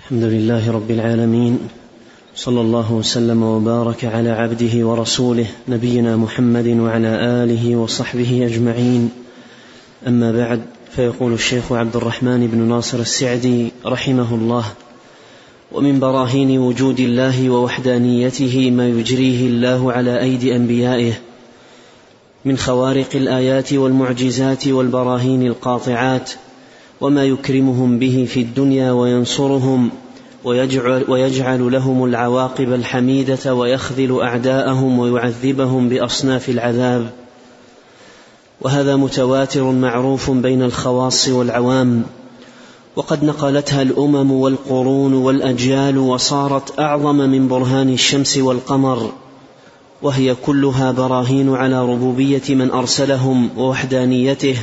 الحمد لله رب العالمين، صلى الله وسلم وبارك على عبده ورسوله نبينا محمد وعلى آله وصحبه أجمعين. أما بعد، فيقول الشيخ عبد الرحمن بن ناصر السعدي رحمه الله: ومن براهين وجود الله ووحدانيته ما يجريه الله على أيدي أنبيائه من خوارق الآيات والمعجزات والبراهين القاطعات، وما يكرمهم به في الدنيا وينصرهم ويجعل لهم العواقب الحميدة ويخذل أعداءهم ويعذبهم بأصناف العذاب. وهذا متواتر معروف بين الخواص والعوام، وقد نقلتها الأمم والقرون والأجيال، وصارت أعظم من برهان الشمس والقمر، وهي كلها براهين على ربوبية من أرسلهم ووحدانيته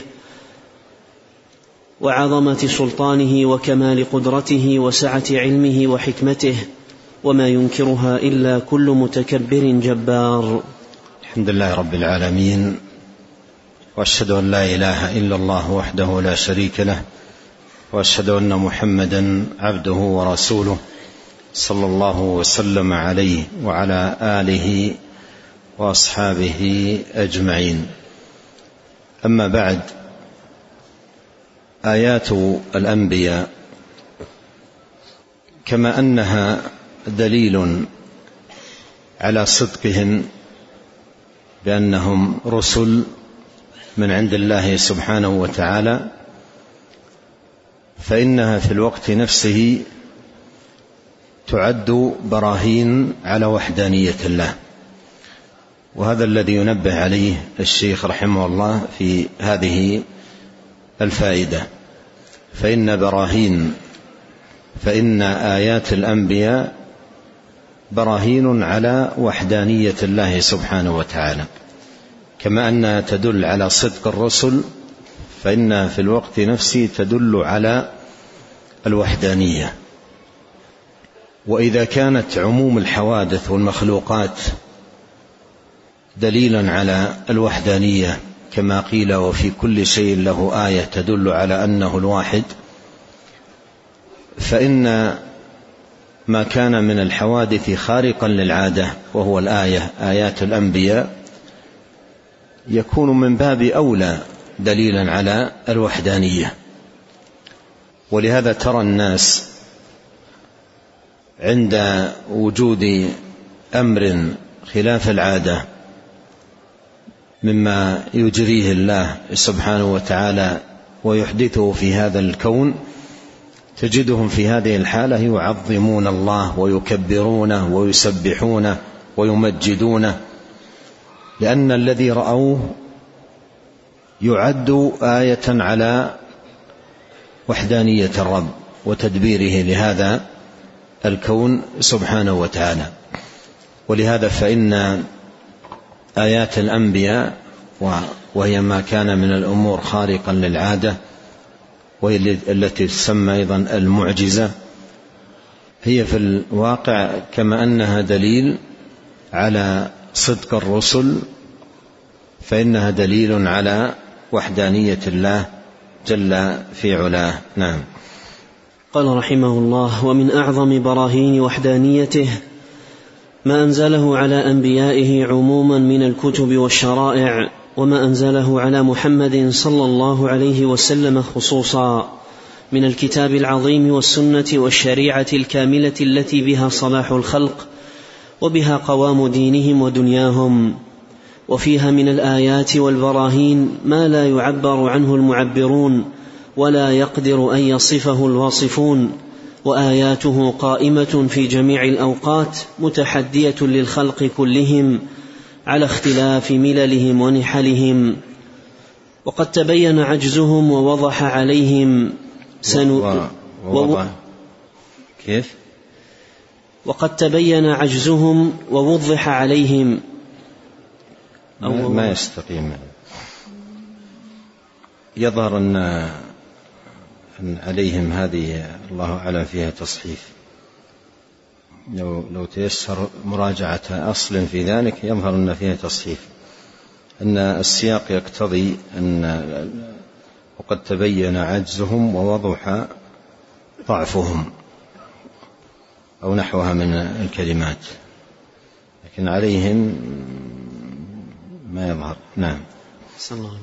وعظمة سلطانه وكمال قدرته وسعة علمه وحكمته، وما ينكرها إلا كل متكبر جبار. الحمد لله رب العالمين، وأشهد أن لا إله إلا الله وحده لا شريك له، وأشهد أن محمدا عبده ورسوله صلى الله وسلم عليه وعلى آله وأصحابه أجمعين. أما بعد، آيات الأنبياء كما أنها دليل على صدقهم بأنهم رسل من عند الله سبحانه وتعالى، فإنها في الوقت نفسه تعد براهين على وحدانية الله. وهذا الذي ينبه عليه الشيخ رحمه الله في هذه الفائدة، فإن آيات الأنبياء براهين على وحدانية الله سبحانه وتعالى، كما أنها تدل على صدق الرسل، فإنها في الوقت نفسه تدل على الوحدانية. وإذا كانت عموم الحوادث والمخلوقات دليلا على الوحدانية كما قيل: وفي كل شيء له آية تدل على أنه الواحد، فإن ما كان من الحوادث خارقا للعادة وهو آيات الأنبياء يكون من باب أولى دليلا على الوحدانية. ولهذا ترى الناس عند وجود أمر خلاف العادة مما يجريه الله سبحانه وتعالى ويحدثه في هذا الكون، تجدهم في هذه الحالة يعظمون الله ويكبرونه ويسبحونه ويمجدونه، لأن الذي رأوه يعد آية على وحدانية الرب وتدبيره لهذا الكون سبحانه وتعالى. ولهذا فإن آيات الأنبياء، وهي ما كان من الأمور خارقا للعادة، وهي التي تسمى أيضا المعجزة، هي في الواقع كما أنها دليل على صدق الرسل، فإنها دليل على وحدانية الله جل في علاه. نعم. قال رحمه الله: ومن أعظم براهين وحدانيته ما أنزله على أنبيائه عموما من الكتب والشرائع، وما أنزله على محمد صلى الله عليه وسلم خصوصا من الكتاب العظيم والسنة والشريعة الكاملة التي بها صلاح الخلق وبها قوام دينهم ودنياهم. وفيها من الآيات والبراهين ما لا يعبر عنه المعبرون ولا يقدر أن يصفه الواصفون، وآياته قائمة في جميع الأوقات متحدية للخلق كلهم على اختلاف مللهم ونحلهم. وقد تبين عجزهم ووضح عليهم وقد تبين عجزهم ووضح عليهم ما يستقيم. يظهر أن عليهم هذه الله أعلم فيها تصحيف، لو تيسر مراجعة أصل في ذلك يظهر أن فيها تصحيف، أن السياق يقتضي أن وقد تبين عجزهم ووضح ضعفهم، أو نحوها من الكلمات، لكن عليهم ما يظهر. نعم. صلى الله عليه.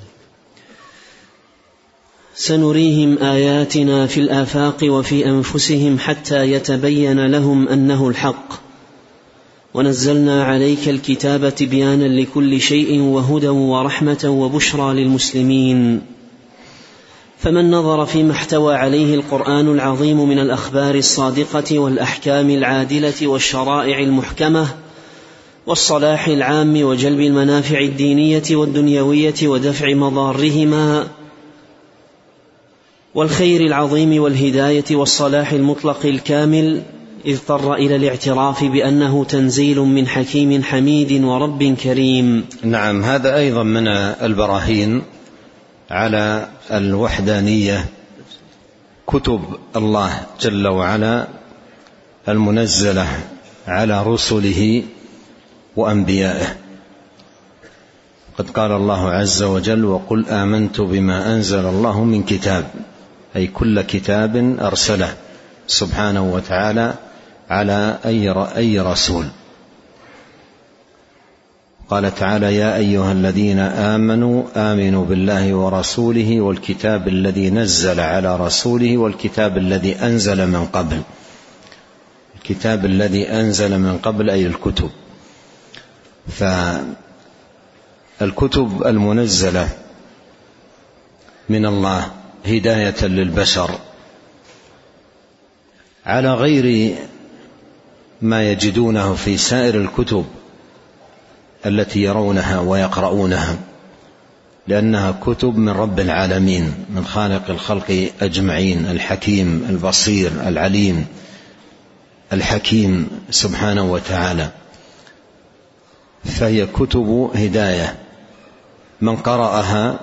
سنريهم آياتنا في الآفاق وفي أنفسهم حتى يتبين لهم أنه الحق، ونزلنا عليك الكتاب تبيانا لكل شيء وهدى ورحمة وبشرى للمسلمين. فمن نظر فيما احتوى عليه القرآن العظيم من الأخبار الصادقة والأحكام العادلة والشرائع المحكمة والصلاح العام وجلب المنافع الدينية والدنيوية ودفع مضارهما والخير العظيم والهداية والصلاح المطلق الكامل، اضطر إلى الاعتراف بأنه تنزيل من حكيم حميد ورب كريم. نعم، هذا أيضا من البراهين على الوحدانية، كتب الله جل وعلا المنزلة على رسله وأنبيائه. قد قال الله عز وجل: وقل آمنت بما أنزل الله من كتاب، أي كل كتاب أرسله سبحانه وتعالى على أي رسول. قال تعالى: يا أيها الذين آمنوا آمنوا بالله ورسوله والكتاب الذي نزل على رسوله والكتاب الذي أنزل من قبل. الكتاب الذي أنزل من قبل أي الكتب. فالكتب المنزلة من الله هداية للبشر على غير ما يجدونه في سائر الكتب التي يرونها ويقرؤونها، لأنها كتب من رب العالمين، من خالق الخلق أجمعين، الحكيم البصير العليم الحكيم سبحانه وتعالى. فهي كتب هداية، من قرأها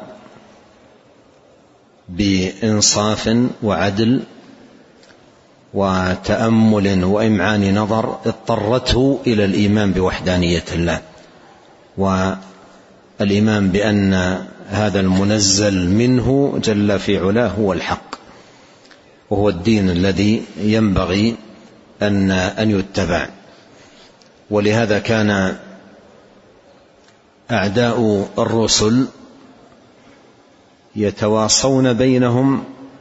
بإنصاف وعدل وتأمل وإمعان نظر اضطرته إلى الإيمان بوحدانية الله، والإيمان بأن هذا المنزل منه جل في علاه هو الحق، وهو الدين الذي ينبغي أن يتبع. ولهذا كان أعداء الرسل يتواصون بينهم،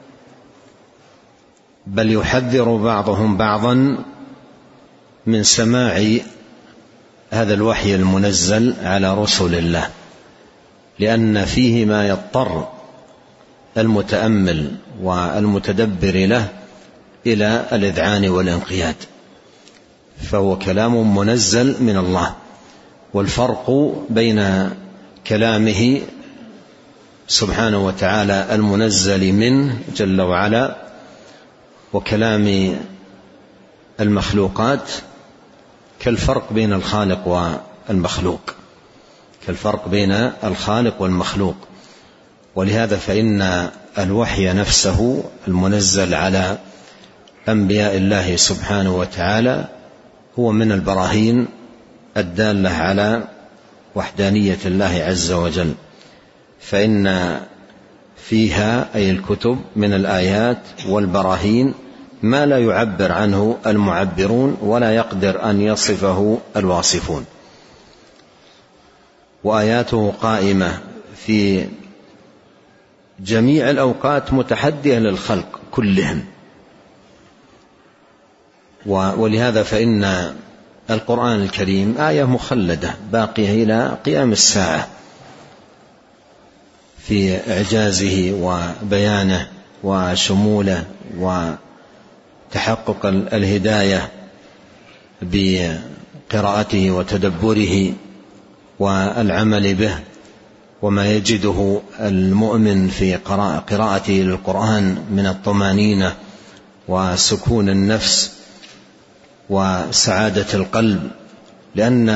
بل يحذر بعضهم بعضا من سماع هذا الوحي المنزل على رسل الله، لأن فيه ما يضطر المتأمل والمتدبر له إلى الإذعان والانقياد، فهو كلام منزل من الله. والفرق بين كلامه سبحانه وتعالى المنزل منه جل وعلا وكلام المخلوقات كالفرق بين الخالق والمخلوق، كالفرق بين الخالق والمخلوق. ولهذا فإن الوحي نفسه المنزل على أنبياء الله سبحانه وتعالى هو من البراهين الدالة على وحدانية الله عز وجل، فإن فيها أي الكتب من الآيات والبراهين ما لا يعبر عنه المعبرون ولا يقدر أن يصفه الواصفون. وآياته قائمة في جميع الأوقات متحدية للخلق كلهم. ولهذا فإن القرآن الكريم آية مخلدة باقية إلى قيام الساعة في إعجازه وبيانه وشموله وتحقق الهداية بقراءته وتدبره والعمل به، وما يجده المؤمن في قراءته للقرآن من الطمأنينة وسكون النفس وسعادة القلب، لأن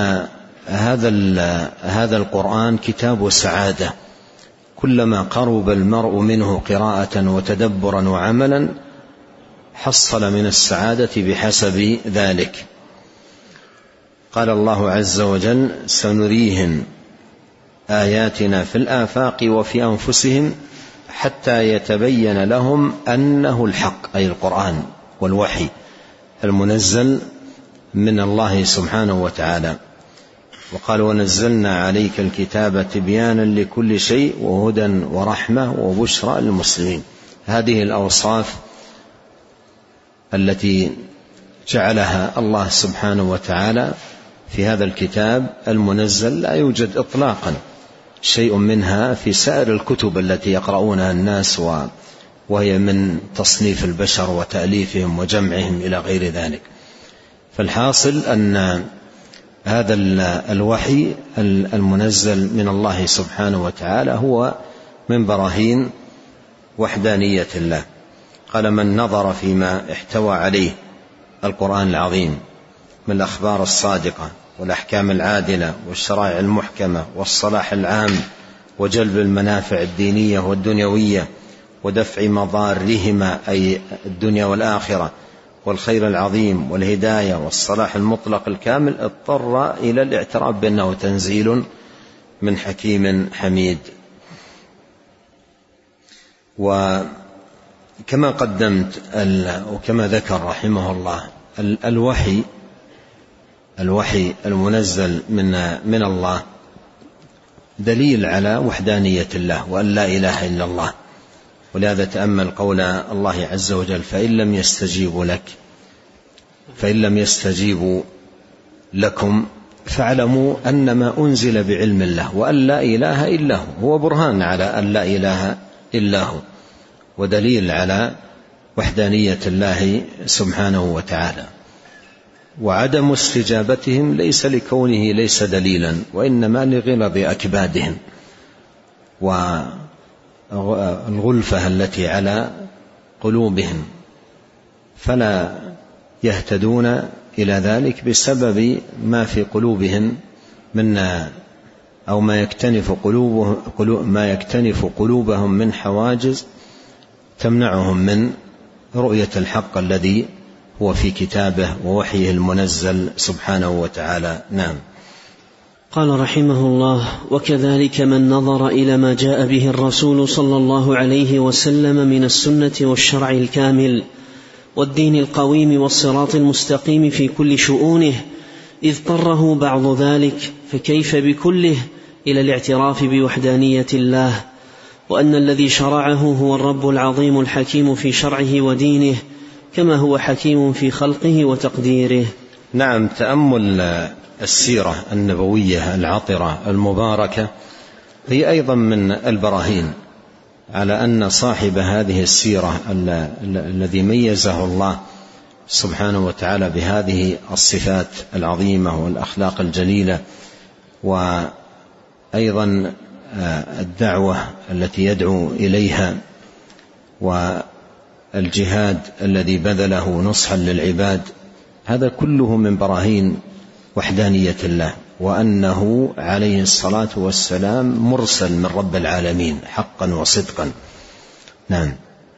هذا القرآن كتاب سعادة، كلما قرب المرء منه قراءة وتدبرا وعملا حصل من السعادة بحسب ذلك. قال الله عز وجل: سنريهم آياتنا في الآفاق وفي أنفسهم حتى يتبين لهم أنه الحق، أي القرآن والوحي، المنزل من الله سبحانه وتعالى. وقال ونزلنا عليك الكتاب تبيانا لكل شيء وهدى ورحمة وبشرى للمسلمين. هذه الأوصاف التي جعلها الله سبحانه وتعالى في هذا الكتاب المنزل لا يوجد إطلاقا شيء منها في سائر الكتب التي يقرؤونها الناس وهي من تصنيف البشر وتأليفهم وجمعهم إلى غير ذلك. فالحاصل أن هذا الوحي المنزل من الله سبحانه وتعالى هو من براهين وحدانية الله. قال من نظر فيما احتوى عليه القرآن العظيم من الأخبار الصادقة والأحكام العادلة والشرائع المحكمة والصلاح العام وجلب المنافع الدينية والدنيوية ودفع مضارهما أي الدنيا والآخرة والخير العظيم والهداية والصلاح المطلق الكامل، اضطر إلى الاعتراف بأنه تنزيل من حكيم حميد. وكما قدمت وكما ذكر رحمه الله الوحي المنزل من الله دليل على وحدانية الله وأن لا إله إلا الله. ولهذا تأمل قول الله عز وجل فإن لم يستجيبوا لكم فاعلموا أنما أنزل بعلم الله وأن لا إله إلا هو برهان على أن لا إله إلا هو ودليل على وحدانية الله سبحانه وتعالى. وعدم استجابتهم ليس لكونه ليس دليلا وإنما لغلظ أكبادهم والغلفة التي على قلوبهم، فلا يهتدون إلى ذلك بسبب ما في قلوبهم من أو ما يكتنف قلوبهم من حواجز تمنعهم من رؤية الحق الذي هو في كتابه ووحيه المنزل سبحانه وتعالى. نعم. قال رحمه الله وكذلك من نظر إلى ما جاء به الرسول صلى الله عليه وسلم من السنة والشرع الكامل والدين القويم والصراط المستقيم في كل شؤونه اضطره بعض ذلك فكيف بكله إلى الاعتراف بوحدانية الله وأن الذي شرعه هو الرب العظيم الحكيم في شرعه ودينه كما هو حكيم في خلقه وتقديره. نعم. تأمل السيرة النبوية العطرة المباركة هي أيضا من البراهين على أن صاحب هذه السيرة الذي ميزه الله سبحانه وتعالى بهذه الصفات العظيمة والأخلاق الجليلة وأيضا الدعوة التي يدعو إليها والجهاد الذي بذله نصحا للعباد، هذا كله من براهين وحدانية الله وأنه عليه الصلاة والسلام مرسل من رب العالمين حقا وصدقا. نعم.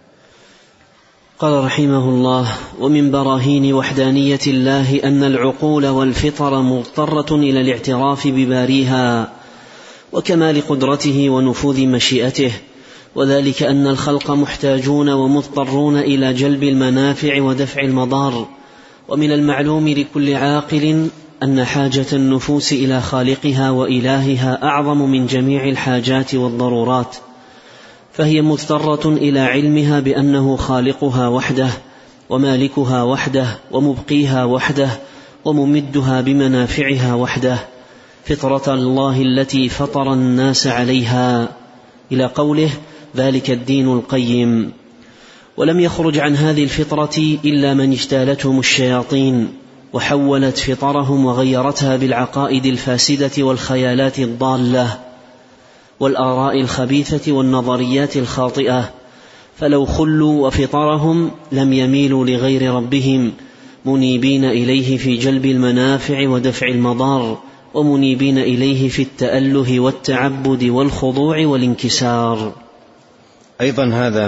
قال رحمه الله ومن براهين وحدانية الله أن العقول والفطر مضطرة إلى الاعتراف بباريها وكمال قدرته ونفوذ مشيئته، وذلك أن الخلق محتاجون ومضطرون إلى جلب المنافع ودفع المضار، ومن المعلوم لكل عاقل أن حاجة النفوس إلى خالقها وإلهها أعظم من جميع الحاجات والضرورات، فهي مضطرة إلى علمها بأنه خالقها وحده ومالكها وحده ومبقيها وحده وممدها بمنافعها وحده، فطرة الله التي فطر الناس عليها، إلى قوله ذلك الدين القيم. ولم يخرج عن هذه الفطرة إلا من اجتالتهم الشياطين وحولت فطرهم وغيرتها بالعقائد الفاسدة والخيالات الضالة والآراء الخبيثة والنظريات الخاطئة، فلو خلوا وفطرهم لم يميلوا لغير ربهم منيبين إليه في جلب المنافع ودفع المضار، ومنيبين إليه في التأله والتعبد والخضوع والانكسار. أيضا هذا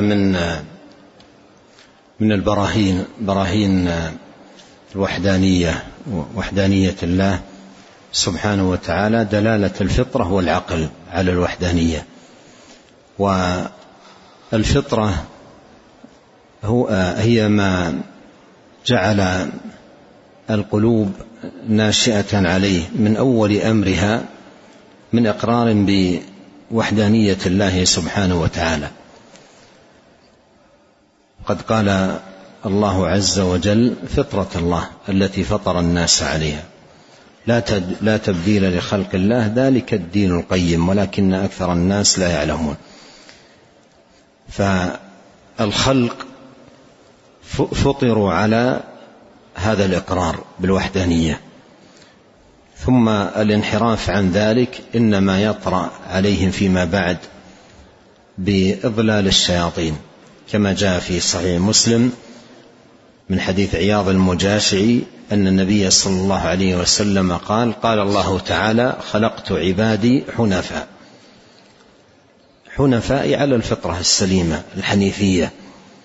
من البراهين، براهين الوحدانية وحدانية الله سبحانه وتعالى، دلالة الفطرة والعقل على الوحدانية. والفطرة هي ما جعل القلوب ناشئة عليه من أول أمرها من إقرار بوحدانية الله سبحانه وتعالى. قد قال الله عز وجل: فطرة الله التي فطر الناس عليها لا تبديل لخلق الله ذلك الدين القيم ولكن أكثر الناس لا يعلمون. فالخلق فطروا على هذا الإقرار بالوحدانية، ثم الانحراف عن ذلك إنما يطرأ عليهم فيما بعد بإضلال الشياطين، كما جاء في صحيح مسلم من حديث عياض المجاشعي أن النبي صلى الله عليه وسلم قال: قال الله تعالى: خلقت عبادي حنفاء على الفطرة السليمة الحنيفية،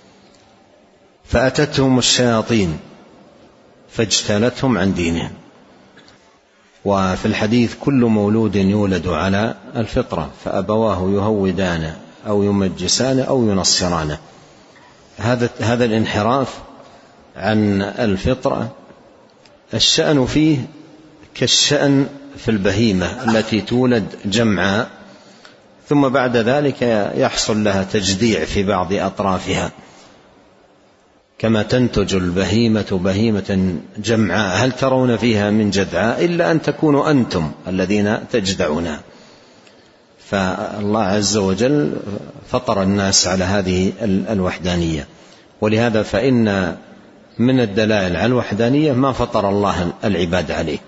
فأتتهم الشياطين فاجتالتهم عن دينهم. وفي الحديث: كل مولود يولد على الفطرة فأبواه يهودانه أو يمجسانه أو ينصرانه. هذا الانحراف عن الفطرة الشأن فيه كالشأن في البهيمة التي تولد جمعاء ثم بعد ذلك يحصل لها تجديع في بعض أطرافها، كما تنتج البهيمة بهيمة جمعاء هل ترون فيها من جدعاء إلا أن تكونوا أنتم الذين تجدعونها. فالله عز وجل فطر الناس على هذه الوحدانية، ولهذا فإن من الدلائل على الوحدانية ما فطر الله العباد عليه.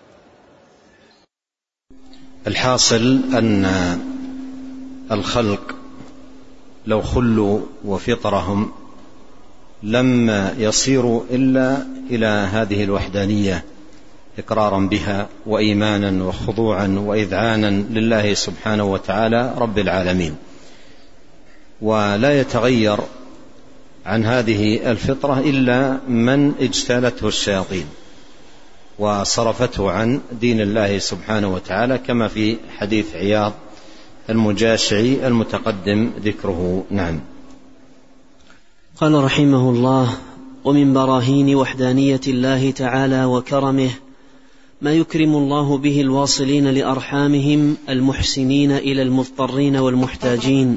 الحاصل أن الخلق لو خلوا وفطرهم لم يصيروا إلا إلى هذه الوحدانية إقرارا بها وإيمانا وخضوعا وإذعانا لله سبحانه وتعالى رب العالمين. ولا يتغير عن هذه الفطرة إلا من اجتالته الشياطين وصرفته عن دين الله سبحانه وتعالى، كما في حديث عياض المجاشعي المتقدم ذكره. نعم. قال رحمه الله: ومن براهين وحدانية الله تعالى وكرمه ما يكرم الله به الواصلين لأرحامهم المحسنين إلى المضطرين والمحتاجين،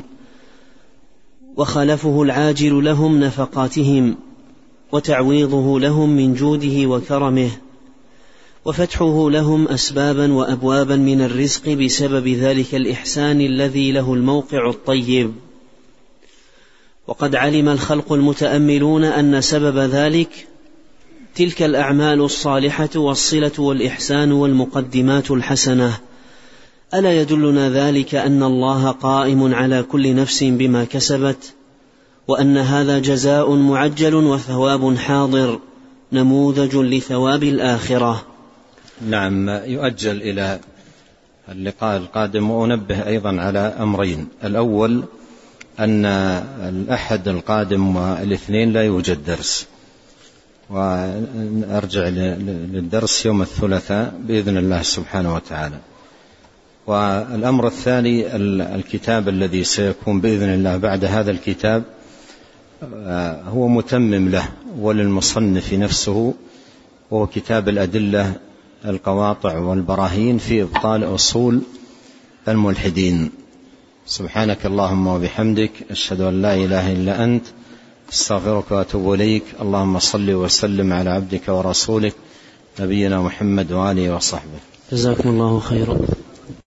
وخلفه العاجل لهم نفقاتهم، وتعويضه لهم من جوده وكرمه، وفتحه لهم أسبابا وأبوابا من الرزق بسبب ذلك الإحسان الذي له الموقع الطيب. وقد علم الخلق المتأملون أن سبب ذلك تلك الأعمال الصالحة والصلة والإحسان والمقدمات الحسنة. ألا يدلنا ذلك أن الله قائم على كل نفس بما كسبت، وأن هذا جزاء معجل وثواب حاضر نموذج لثواب الآخرة. نعم، يؤجل إلى اللقاء القادم. وأنبه أيضا على أمرين: الأول أن الأحد القادم والاثنين لا يوجد درس، وأرجع للدرس يوم الثلاثاء بإذن الله سبحانه وتعالى. والأمر الثاني: الكتاب الذي سيكون بإذن الله بعد هذا الكتاب هو متمم له وللمصنف نفسه، وهو كتاب الأدلة القواطع والبراهين في إبطال أصول الملحدين. سبحانك اللهم وبحمدك، أشهد أن لا إله إلا أنت، استغفرك وأتوب إليك. اللهم صل وسلم على عبدك ورسولك نبينا محمد وآله وصحبه. جزاكم الله خيرا.